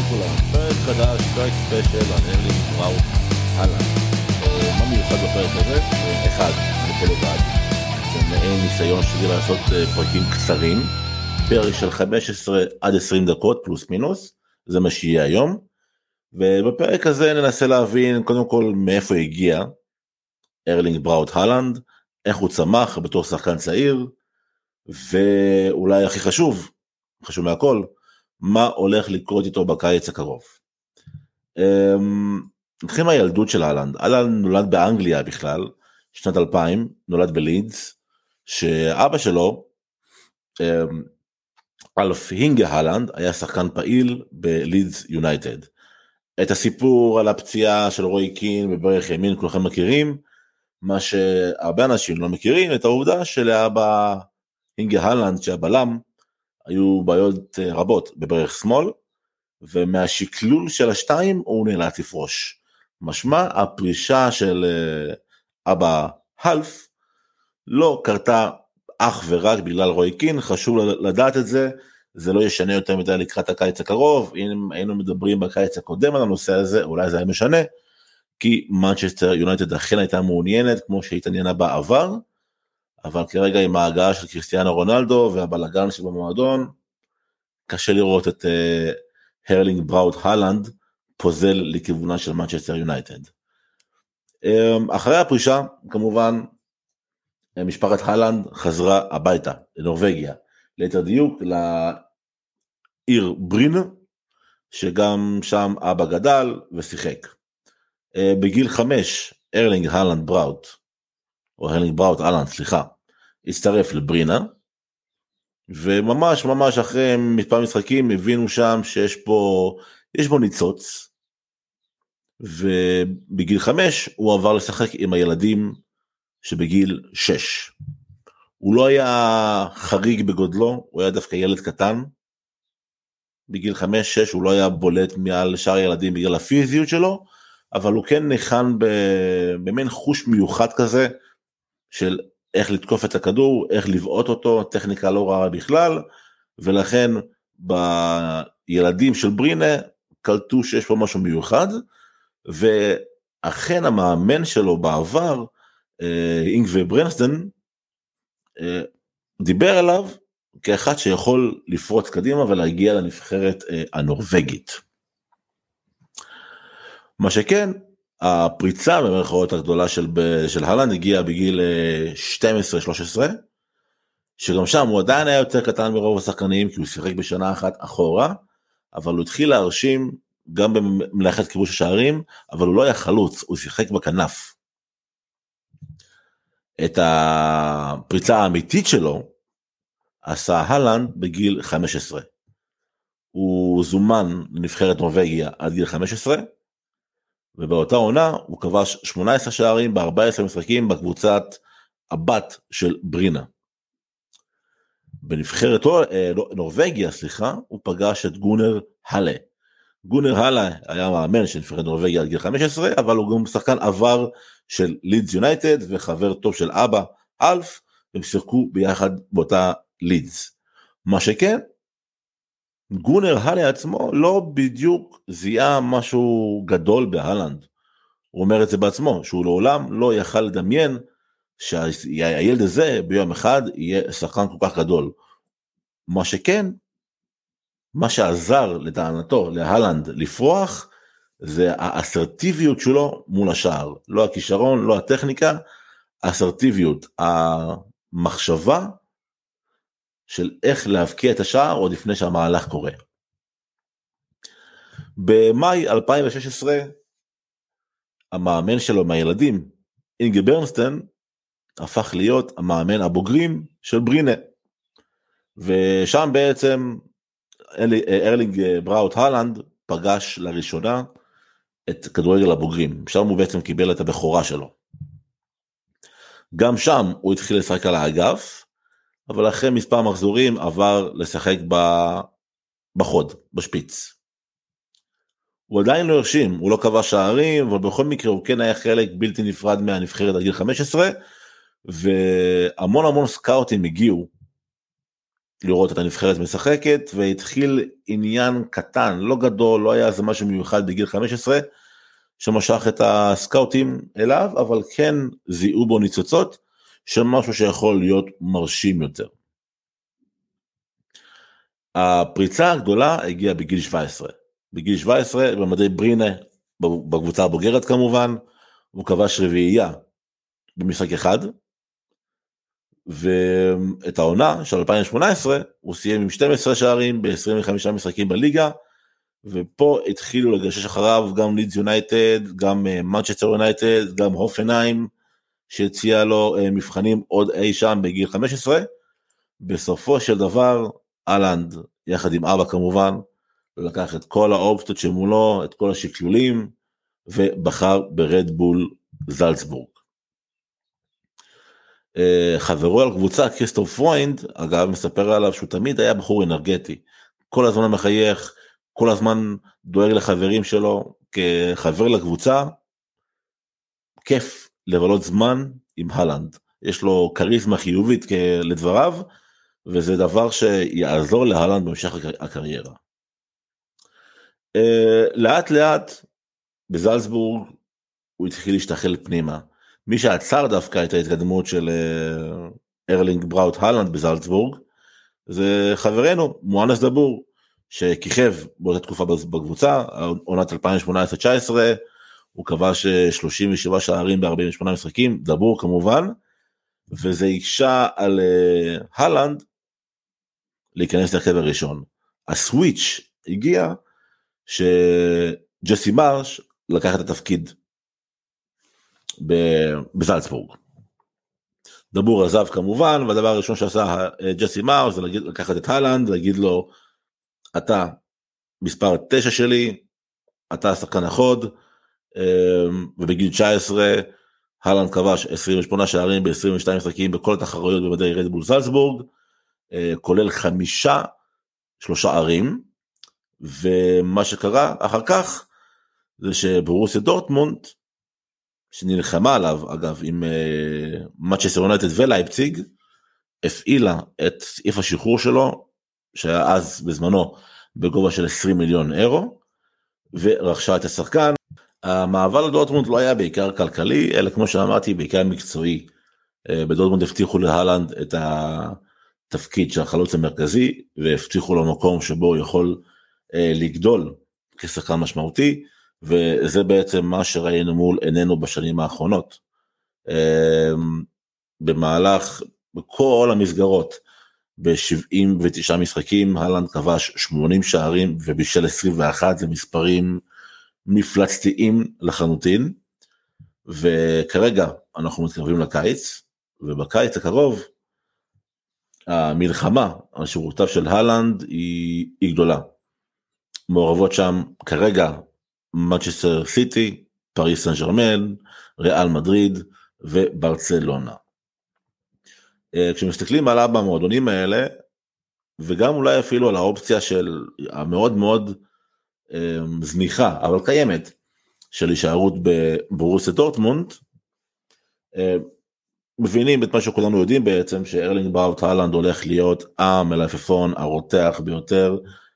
לכולם, פרק חדש, פרק ספיישל על הרלינג בראוט הלנד. מה מיוחד בפרק הזה? אחד, זה פה לבד. זה מעין ניסיון שלי לעשות פרקים קצרים, פרק של 15 עד 20 דקות פלוס מינוס, זה מה שיהיה היום. ובפרק הזה ננסה להבין קודם כל מאיפה הגיע הרלינג בראוט הלנד, איך הוא צמח בתור שחקן צעיר, ואולי הכי חשוב מהכל, מה הולך לקרות איתו בקיץ הקרוב. נתחיל מהילדות של הלנד. הלנד נולד באנגליה בכלל, שנת 2000, נולד בלידס, שאבא שלו, אלף הינגה הלנד, היה שחקן פעיל בלידס יונייטד. את הסיפור על הפציעה של רוי קין בברך ימין כולכם מכירים, מה שהרבה אנשים לא מכירים, את העובדה שלאבא הינגה הלנד שהבלם, היו בעיות רבות בברך שמאל, ומהשקלול של השתיים הוא נאלץ לפרוש. משמע הפרישה של אבא הלף לא קרתה אך ורק בגלל רוי קין, חשוב לדעת את זה, זה לא ישנה יותר מדי לקראת הקיץ הקרוב. אם היינו מדברים בקיץ הקודם על הנושא הזה, אולי זה היה משנה, כי מנצ'סטר יונייטד אכן הייתה מעוניינת, כמו שהתעניינה בעבר, אבל כרגע עם ההגעה של קריסטיאנו רונלדו והבלגן שבמועדון, קשה לראות את הרלינג בראוט הלנד פוזל לכיוונה של מנצ'סטר יונייטד. אחרי הפרישה, כמובן, משפחת הלנד חזרה הביתה, לנורווגיה, ליתר דיוק, לעיר ברינה, שגם שם אבא גדל ושיחק. בגיל 5, הרלינג הלנד בראוט, או הרלינג בראוט הלנד, סליחה, הצטרף לברינה, וממש אחרי מספר משחקים הבינו שם שיש בו ניצוץ, ובגיל 5 הוא עבר לשחק עם הילדים שבגיל 6. הוא לא היה חריג בגודלו, הוא היה דווקא ילד קטן, בגיל 5-6 הוא לא היה בולט מעל שאר הילדים בגלל הפיזיות שלו, אבל הוא כן ניחן במין חוש מיוחד כזה, של איך לתקוף את הכדור, איך לבעוט אותו, טכניקה לא רעה בכלל, ולכן בילדים של ברינה קלטו שיש פה משהו מיוחד, ואכן המאמן שלו בעבר, אינגווי ברנסדן, דיבר עליו כאחד שיכול לפרוץ קדימה ולהגיע לנבחרת הנורווגית. מה שכן, הפריצה במרכאות הגדולה של הלנד הגיעה בגיל 12-13, שגם שם הוא עדיין היה יותר קטן ברוב השחקנים, כי הוא שיחק בשנה אחת אחורה, אבל הוא התחיל להרשים גם במלאכת כיבוש השערים, אבל הוא לא היה חלוץ, הוא שיחק בכנף. את הפריצה האמיתית שלו עשה הלנד בגיל 15. הוא זומן לנבחרת נורווגיה עד גיל 15, ובאותה עונה הוא כבש 18 שערים ב-14 משחקים בקבוצת הבת של ברינה. בנבחרת נורווגיה, הוא פגש את גונר הלה. גונר הלה היה מאמן של נבחרת נורווגיה עד גיל 15, אבל הוא גם שחקן עבר של לידס יונייטד וחבר טוב של אבא אלף, הם שיחקו ביחד באותה לידס. מה שכן, גונר הלה עצמו לא בדיוק זיהה משהו גדול בהלנד. הוא אומר את זה בעצמו, שהוא לעולם לא יכל לדמיין שהילד הזה ביום אחד יהיה שחקן כל כך גדול. מה שכן, מה שעזר לטענתו להלנד לפרוח, זה האסרטיביות שלו מול השער. לא הכישרון, לא הטכניקה, האסרטיביות, המחשבה, של איך להבקיע את השער עוד לפני שהמהלך קורה. במאי 2016, המאמן שלו מהילדים, אינגה ברנסטן, הפך להיות המאמן הבוגרים של ברינה. ושם בעצם הרלינג בראוט הלנד פגש לראשונה את כדורגל הבוגרים. שם הוא בעצם קיבל את הבכורה שלו. גם שם הוא התחיל לשחק על האגף, אבל אחרי מספר מחזורים עבר לשחק בחוד, בשפיץ. הוא עדיין לא הרשים, הוא לא קבע שערים, אבל בכל מקרה הוא כן היה חלק בלתי נפרד מהנבחרת עד גיל 15, והמון סקאוטים הגיעו לראות את הנבחרת משחקת, והתחיל עניין קטן, לא גדול, לא היה איזה משהו מיוחד בגיל 15, שמשך את הסקאוטים אליו, אבל כן זיהו בו ניצוצות, של משהו שיכול להיות מרשים יותר. הפריצה הגדולה הגיעה בגיל 17. בגיל 17, במדי ברינה, בקבוצה הבוגרת כמובן, הוא כבש רביעייה במשחק אחד, ואת העונה של 2018 הוא סיים עם 12 שערים ב-25 משחקים בליגה, ופה התחילו לגשש אחריו גם לידס יונייטד, גם מנצ'סטר יונייטד, גם הופנהיים, שהציע לו מבחנים עוד אי שם בגיל 15. בסופו של דבר, הלנד, יחד עם אבא כמובן, לקח את כל האופציות שמולו, את כל השקלולים, ובחר ברדבול זלצבורג. חברו על קבוצה, כריסטוף פרוינד, אגב מספר עליו שהוא תמיד היה בחור אנרגטי, כל הזמן מחייך, כל הזמן דואג לחברים שלו, כחבר לקבוצה, כיף לבלות זמן עם הלנד, יש לו קריזמה חיובית לדבריו, וזה דבר שיעזור להלנד במשך הקריירה. לאט לאט בזלצבורג הוא התחיל להשתחל פנימה, מי שעצר דווקא את ההתקדמות של ארלינג בראוט הלנד בזלצבורג, זה חברנו מואנס דבור, שכיכב באותה תקופה בקבוצה, עונת 2018-19, הוא כבש 37 שערים ב-48 משחקים, דבור כמובן, וזה הקשה על הלנד להיכנס להרכב הראשון. הסוויץ' הגיע שג'סי מרש לקח את התפקיד בזלצבורג. דבור עזב כמובן, והדבר הראשון שעשה ג'סי מרש זה לקחת את הלנד, להגיד לו, אתה מספר 9 שלי, אתה שחקן החוד, ובגיל 19 הלנד כבש 28 שערים ב-22 משחקים בכל התחרויות במדי רדבול זלצבורג, כולל 5 שערים, ומה שקרה אחר כך זה שברוסיה דורטמונד, שנלחמה עליו אגב עם מנצ'סטר יונייטד ולייפציג, הפעילה את סעיף השחרור שלו, שהיה אז בזמנו בגובה של 20 מיליון אירו, ורכשה את השחקן. המעבר לדורטמונד לא היה בעיקר כלכלי, אלא כמו שאמרתי בעיקר מקצועי. בדורטמונד הבטיחו להלנד את התפקיד של החלוץ המרכזי, והבטיחו לו מקום שבו הוא יכול לגדול כשחקן משמעותי, וזה בעצם מה שראינו מול עינינו בשנים האחרונות. במהלך בכל המסגרות, ב-79 משחקים, הלנד כבש 80 שערים ובישל 21, זה מספרים מפלצתיים לחלוטין, וכרגע אנחנו מתקרבים לקיץ, ובקיץ הקרוב, המלחמה על שורותיו של הלנד היא גדולה. מעורבות שם כרגע מנצ'סטר סיטי, פריס סן ז'רמן, ריאל מדריד וברצלונה. כשמסתכלים על המועדונים האלה, וגם אולי אפילו על האופציה של המאוד מאוד זניחה, אבל קיימת, של הישארות בברוסיה דורטמונד, מבינים את מה שכולנו יודעים בעצם, שארלינג בראוט הלנד הולך להיות המלפפון הרותח ביותר,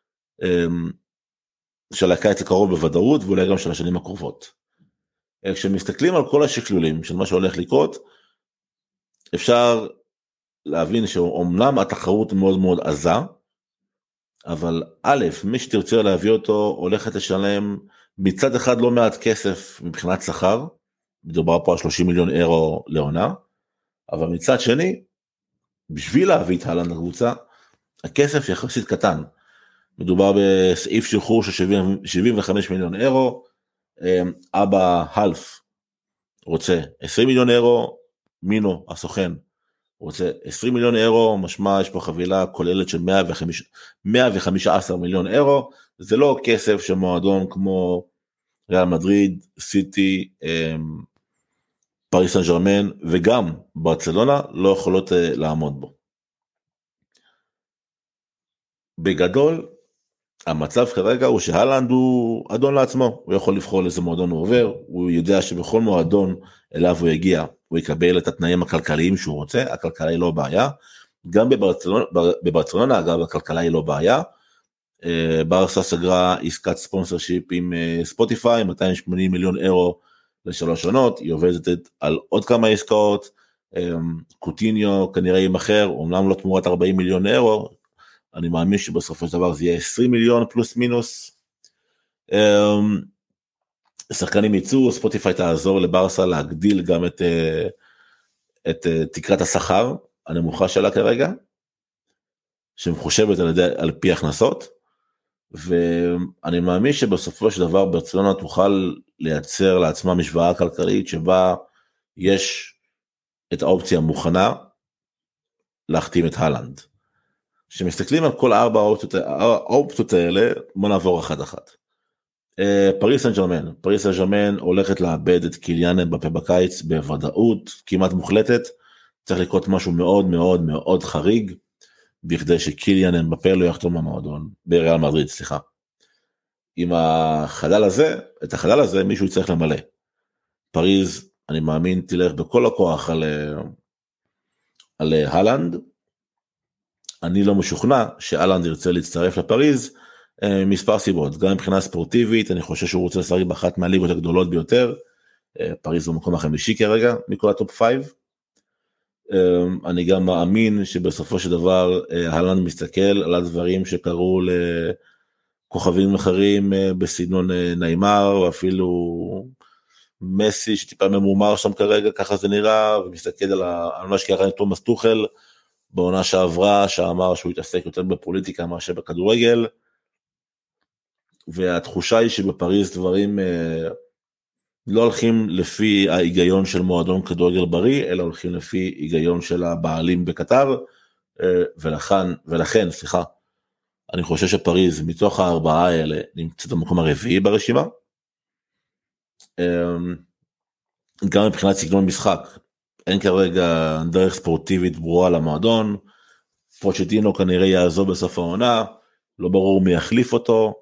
של הקיץ הקרוב בוודאות, ואולי גם של השנים הקרובות. כשמסתכלים על כל השקלולים של מה שהולך לקרות, אפשר להבין שאומנם התחרות מאוד מאוד עזה, אבל א', מי שתרצה להביא אותו הולכת לשלם מצד אחד לא מעט כסף מבחינת שכר, מדובר פה על 30 מיליון אירו לעונה, אבל מצד שני, בשביל להביא את הלנד לקבוצה, הכסף יחסית קטן, מדובר בסעיף שחרור של 75 מיליון אירו, אבא הלף רוצה 20 מיליון אירו, מינו הסוכן רוצה 20 מיליון אירו, משמע יש פה חבילה כוללת של 115 מיליון אירו, זה לא כסף שמועדון כמו ריאל מדריד, סיטי, פריס סן ז'רמן וגם ברצלונה לא יכולות לעמוד בו. בגדול, המצב כרגע הוא שהלנד הוא אדון לעצמו, הוא יכול לבחור לאיזה מועדון הוא עובר, הוא יודע שבכל מועדון אליו הוא יגיע, הוא יקבל את התנאים הכלכליים שהוא רוצה, הכלכלה היא לא בעיה, גם בברצלונה, אגב, הכלכלה היא לא בעיה, ברסה סגרה עסקת ספונסר שיפ עם ספוטיפיי, 280 מיליון אירו לשלוש עונות, היא עובדת על עוד כמה עסקאות, קוטיניו כנראה יימכר, אומנם לא תמורת 40 מיליון אירו, אני מאמין שבסופו של דבר זה יהיה 20 מיליון פלוס מינוס, שחקנים ייצאו, ספוטיפיי תעזור לברסה להגדיל גם את תקרת השכר הנמוכה שלה כרגע, שמחושבת על פי הכנסות, ואני מאמין שבסופו של דבר ברצלונה תוכל לייצר לעצמה משוואה כלכלית שבה יש את האופציה המוכנה להחתים את הלנד. כשמסתכלים על כל ארבע האופציות האלה, בוא נעבור אחת. פריס סן ז'רמן הולכת לאבד את קיליאן אמבפה בקיץ בוודאות כמעט מוחלטת, צריך לקרות משהו מאוד מאוד מאוד חריג, בכדי שקיליאן אמבפה לא יחתום במועדון, בריאל מדריד, סליחה. עם את החלל הזה מישהו צריך למלא. פריז, אני מאמין, תלך בכל הכוח על הלנד, אני לא משוכנע שהלנד ירצה להצטרף לפריז, מספר סיבות, גם מבחינה ספורטיבית, אני חושב שהוא רוצה לשחק באחת מהליגות הגדולות ביותר, פריז הוא מקום החמישי כרגע, מכל הטופ 5, אני גם מאמין שבסופו של דבר, הלנד מסתכל על הדברים שקרו לכוכבים אחרים, בסגנון ניימר, ואפילו מסי, שטיפה ממומר שם כרגע, ככה זה נראה, ומסתכל על מה שקרה עם תומאס טוחל, בעונה שעברה, שאמר שהוא יתעסק יותר בפוליטיקה מאשר בכדורגל, והתחושה היא שבפריז דברים לא הולכים לפי ההיגיון של מועדון כדורגל בריא, אלא הולכים לפי היגיון של הבעלים בקטר, ולכן, אני חושב שפריז מתוך הארבעה האלה נמצאת במקום הרביעי ברשימה, גם מבחינת סגנון משחק, אין כרגע דרך ספורטיבית ברורה למועדון, פוצ'טינו כנראה יעזוב בסוף העונה, לא ברור מי יחליף אותו,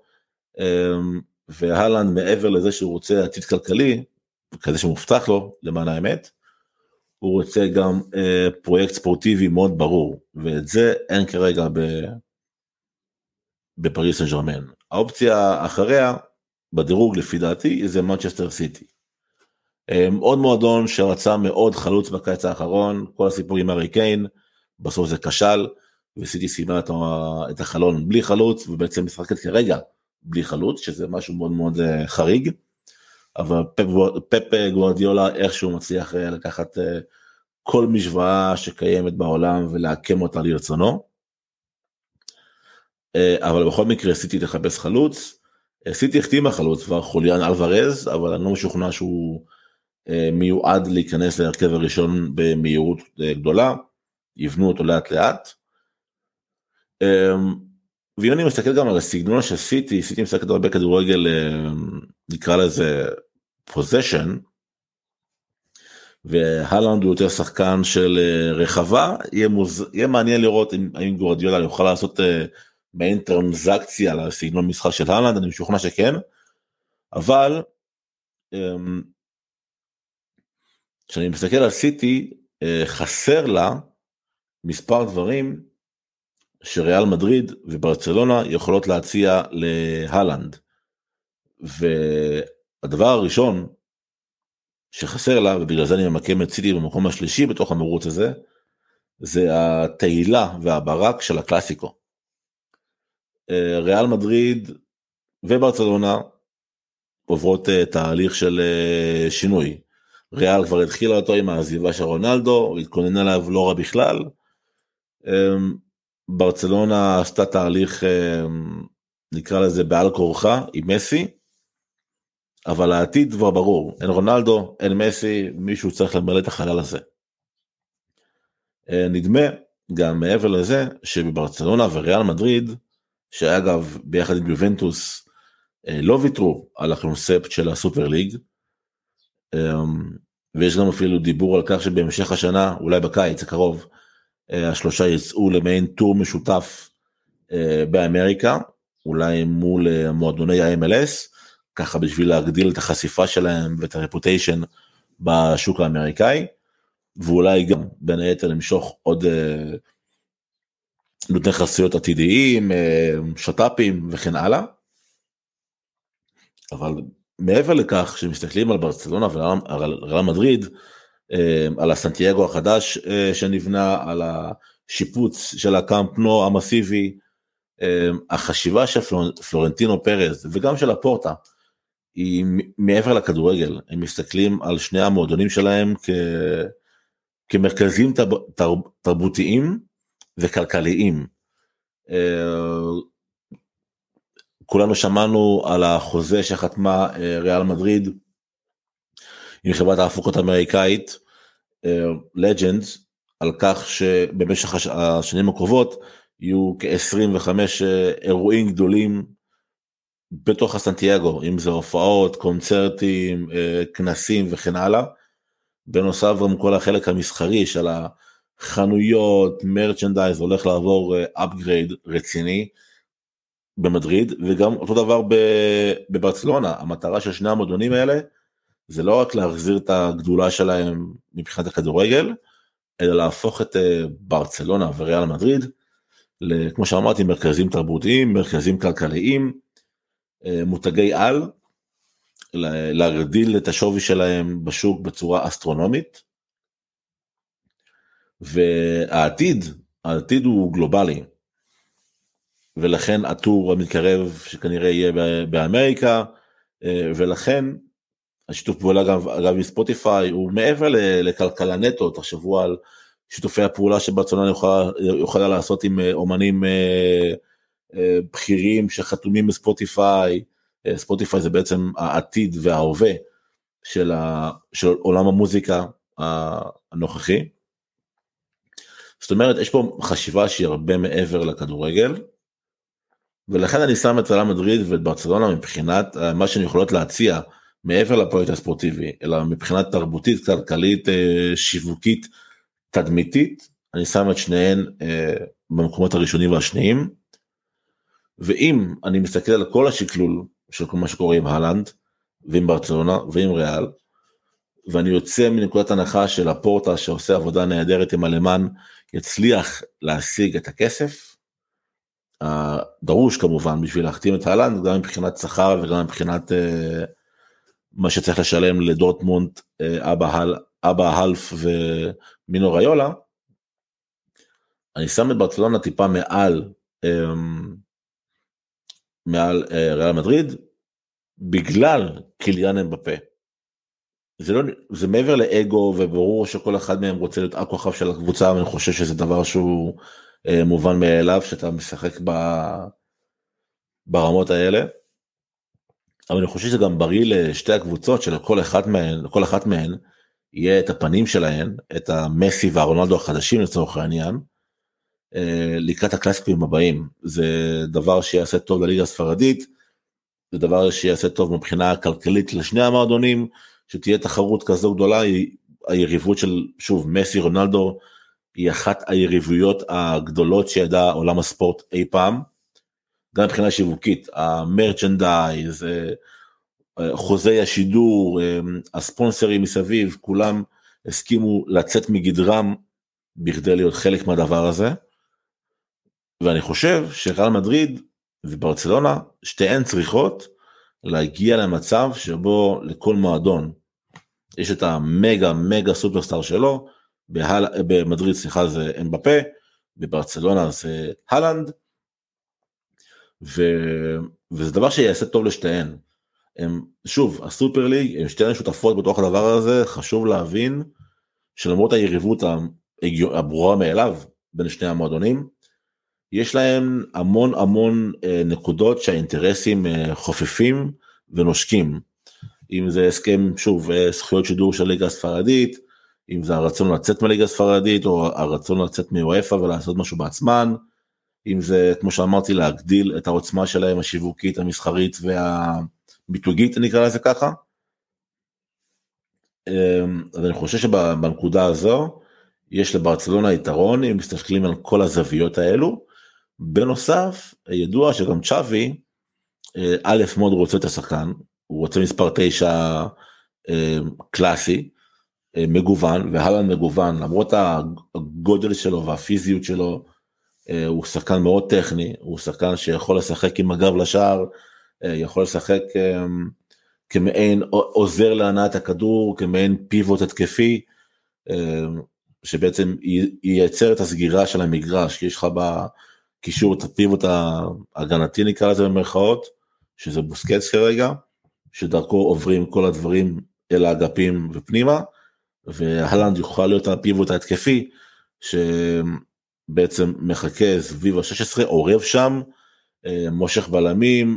והלנד מעבר לזה שהוא רוצה עתיד כלכלי, כזה שמובטח לו למען האמת, הוא רוצה גם פרויקט ספורטיבי מאוד ברור, ואת זה אין כרגע בפריס סן ז'רמן. האופציה אחריה, בדירוג לפי דעתי, זה מנצ'סטר סיטי. עוד מועדון שרצה מאוד חלוץ בקיץ האחרון, כל הסיפור עם הארי קיין, בסוף זה כשל, וסיטי סיימה את החלון בלי חלוץ, ובעצם משחקת כרגע בלי חלוץ, שזה משהו מאוד מאוד חריג, אבל פפ גוארדיולה איכשהו מצליח לקחת כל משוואה שקיימת בעולם, ולהקם אותה לרצונו, אבל בכל מקרה סיטי תחפש חלוץ, סיטי החתימה חלוץ כבר חוליאן אלוורז, אבל אני לא משוכנע שהוא מיועד להיכנס להרכב הראשון במהירות גדולה, יבנו אותו לאט לאט, ואם אני מסתכל גם על הסגנון של סיטי מסתכלת הרבה כדורגל, נקרא לזה פוזיישן, והלנד הוא יותר שחקן של רחבה, יהיה מעניין לראות אם גוארדיולה יוכל לעשות מעין טרנזקציה לסגנון משחק של הלנד, אני משוכנע שכן, אבל כשאני מסתכל על סיטי, חסר לה מספר דברים שריאל מדריד וברצלונה יכולות להציע להלנד, והדבר הראשון שחסר לה, ובגלל זה אני ממקם את סיטי במקום השלישי בתוך המרוץ הזה, זה התהילה והברק של הקלאסיקו. ריאל מדריד וברצלונה עוברות תהליך של שינוי, ריאל כבר התחילה אותו עם העזיבה של רונלדו, והתכוננה עליו לא רע בכלל, ברצלונה עשתה תהליך, נקרא לזה בעל כורחה, עם מסי, אבל העתיד כבר ברור, אין רונלדו, אין מסי, מישהו צריך למלא את החלל הזה. נדמה גם מעבר לזה, שבברצלונה וריאל מדריד, שאגב ביחד עם יובנטוס, לא ויתרו על הקונספט של הסופר ליג, ויש גם אפילו דיבור על כך שבהמשך השנה, אולי בקיץ הקרוב, השלושה יצאו למעין טור משותף באמריקה, אולי מול מועדוני ה-MLS, ככה בשביל להגדיל את החשיפה שלהם ואת הרפוטיישן בשוק האמריקאי, ואולי גם בין היתר למשוך עוד נותני חסויות עתידיים, שטאפים וכן הלאה. אבל מעבר לכך, שמסתכלים על ברצלונה ועל ריאל מדריד, על הסנטיאגו החדש שנבנה, על השיפוץ של הקאמפ נו המסיבי, החשיבה של פלורנטינו פרז וגם של הפורטה, היא מעבר לכדורגל. הם מסתכלים על שני המועדונים שלהם כמרכזים תרבותיים וכלכליים. כולנו שמענו על החוזה שחתמה ריאל מדריד עם חברת ההפקות האמריקאית לג'נדס, על כך שבמשך השנים הקרובות יהיו כ-25 אירועים גדולים בתוך הסנטיאגו, אם זה הופעות, קונצרטים, כנסים וכן הלאה. בנוסף גם כל החלק המסחרי של החנויות, מרצ'נדייז, הולך לעבור upgrade רציני במדריד, וגם אותו דבר בברצלונה. המטרה של שני המועדונים האלה זה לא רק להחזיר את הגדולה שלהם מבחינת הכדורגל, אלא להפוך את ברצלונה וריאל מדריד, כמו שאמרתי, מרכזים תרבותיים, מרכזים כלכליים, מותגי על, להגדיל את השווי שלהם בשוק בצורה אסטרונומית, והעתיד הוא גלובלי, ולכן הטור המתקרב שכנראה יהיה באמריקה, ולכן השיתוף פעולה גם מספוטיפיי הוא מעבר לכלכלה נטו. תחשבו על שיתופי הפעולה שברצלונה יכולה לעשות עם אומנים בכירים שחתומים בספוטיפיי. ספוטיפיי זה בעצם העתיד וההווה של עולם המוזיקה הנוכחי. זאת אומרת, יש פה חשיבה שהיא הרבה מעבר לכדורגל, ולכן אני שם את ריאל מדריד ואת ברצלונה מבחינת מה שהן יכולות להציע מעבר לפרויקט הספורטיבי, אלא מבחינת תרבותית, כלכלית, שיווקית, תדמיתית. אני שם את שניהן במקומות הראשונים והשניים, ואם אני מסתכל על כל השקלול של כל מה שקורה עם הלנד, ועם ברצלונה, ועם ריאל, ואני יוצא מנקודת הנחה של הפורטה שעושה עבודה נהדרת עם אלמן, יצליח להשיג את הכסף, דרוש כמובן בשביל להחתים את הלנד, גם מבחינת שכר וגם מבחינת מה שצריך לשלם לדורטמונד, אבא הלף ומינו ריולה. אני שם את ברצלונה טיפה מעל ריאל מדריד, בגלל קיליאן אמבפה. זה מעבר לאגו, וברור שכל אחד מהם רוצה להיות הכוכב של הקבוצה, ואני חושב שזה דבר שהוא מובן מאליו, שאתה משחק ברמות האלה. אבל אני חושב שזה גם בריא לשתי הקבוצות, שלכל אחת מהן יהיה את הפנים שלהן, את המסי והרונלדו החדשים לצורך העניין, לקראת הקלאסיקות הבאים. זה דבר שיעשה טוב לליגה הספרדית, זה דבר שיעשה טוב מבחינה כלכלית לשני המועדונים, שתהיה תחרות כזו גדולה. היריבות של, שוב, מסי רונלדו, היא אחת היריבויות הגדולות שידע עולם הספורט אי פעם, גם מבחינה שיווקית, המרצ'נדייז, חוזי השידור, הספונסרים מסביב, כולם הסכימו לצאת מגדרם, בכדי להיות חלק מהדבר הזה. ואני חושב שריאל מדריד וברצלונה, שתיהן צריכות להגיע למצב שבו לכל מועדון יש את המגה סופרסטאר שלו. במדריד זה אמבפה, בברצלונה זה הלנד, וזה דבר שיעשה טוב לשתיהן. שוב, הסופר ליג, הם שתיהן שותפות בתוך הדבר הזה. חשוב להבין שלמרות היריבות הברורה מאליו בין שני המועדונים, יש להם המון נקודות שהאינטרסים חופפים ונושקים. אם זה הסכם, שוב, זכויות שידור של ליגה הספרדית, אם זה הרצון לצאת מליגה הספרדית, או הרצון לצאת מאופה ולעשות משהו בעצמן, אם זה, כמו שאמרתי, להגדיל את העוצמה שלהם, השיווקית, המסחרית והביטוגית, נקרא לזה ככה. אז אני חושב שבנקודה הזו, יש לברצלונה יתרון, אם מסתכלים על כל הזוויות האלו. בנוסף, ידוע שגם צ'אבי, א' מאוד רוצה את השחקן, הוא רוצה מספר 9 קלאסי, מגוון, והלנד מגוון, למרות הגודל שלו והפיזיות שלו, הוא שחקן מאוד טכני, הוא שחקן שיכול לשחק עם הגב לשער, יכול לשחק כמעין עוזר להנעת הכדור, כמעין פיבוט התקפי, שבעצם ייצר את הסגירה של המגרש, כי יש לך בקישור את הפיבוט ההגנתי נקרא לזה במרכאות, שזה בוסקץ כרגע, שדרכו עוברים כל הדברים אל האגפים ופנימה, והלנד יוכל להיות הפיבוט ההתקפי, שבעצם מחכה סביב ה-16, עורב שם, מושך בלמים,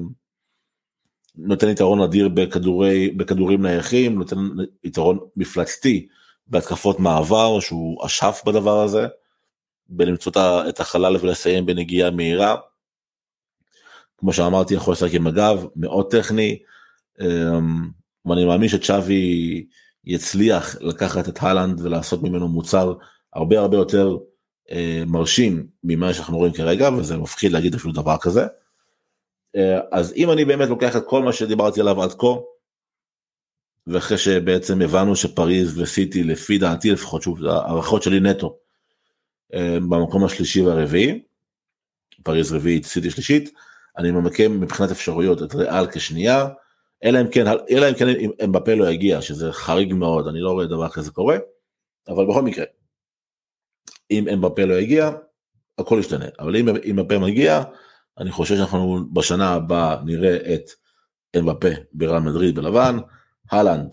נותן יתרון אדיר בכדורים נייחים, נותן יתרון מפלצתי בהתקפות מעבר, שהוא אשף בדבר הזה, בלמצוא את החלל ולסיים בנגיעה מהירה, כמו שאמרתי, יכול לשחק עם הגב, מאוד טכני, ואני מאמין שצ'אבי יצליח לקחת את הלנד ולעשות ממנו מוצר הרבה הרבה יותר מרשים ממה שאנחנו רואים כרגע, וזה מפחיד להגיד אפילו דבר כזה. אז אם אני באמת לוקח את כל מה שדיברתי עליו עד כה, ואחרי שבעצם הבנו שפריז וסיטי, לפי דעתי לפחות, שוב, הערכות שלי נטו, במקום השלישי והרביעי, פריז רביעית, סיטי שלישית, אני ממקם מבחינת אפשרויות את ריאל כשנייה, אלא אם כן אמבפה לא יגיע, שזה חריג מאוד, אני לא רואה דבר כזה קורה, אבל בכל מקרה, אם אמבפה לא יגיע, הכל ישתנה, אבל אם אמבפה מגיע, אני חושב שאנחנו בשנה הבאה נראה את אמבפה בריאל מדריד בלבן, הלנד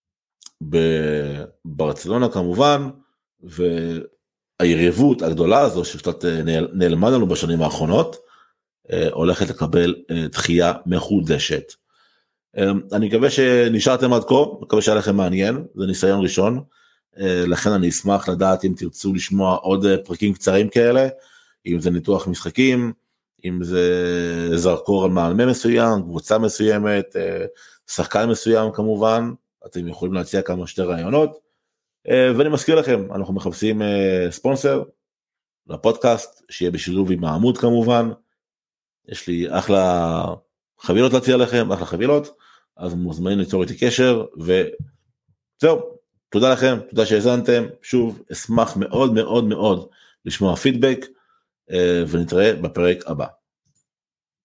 בברצלונה כמובן, והיריבות הגדולה הזו שקצת נעלמה לנו בשנים האחרונות, הולכת לקבל דחייה מחודשת. אני מקווה שנשארתם עד כה, מקווה שהיה לכם מעניין, זה ניסיון ראשון, לכן אני אשמח לדעת אם תרצו לשמוע עוד פרקים קצרים כאלה, אם זה ניתוח משחקים, אם זה זרקור על מאמן מסוים, קבוצה מסוימת, שחקן מסוים כמובן, אתם יכולים להציע כמה שתי רעיונות, ואני מזכיר לכם, אנחנו מחפשים ספונסר לפודקאסט, שיהיה בשילוב עם העמוד כמובן, יש לי אחלה חבילות להציע לכם, אחלה חבילות, אז מוזמנים ליצור איתי קשר, וזהו, תודה לכם, תודה שהזנתם, שוב, אשמח מאוד מאוד מאוד לשמוע פידבק, ונתראה בפרק הבא.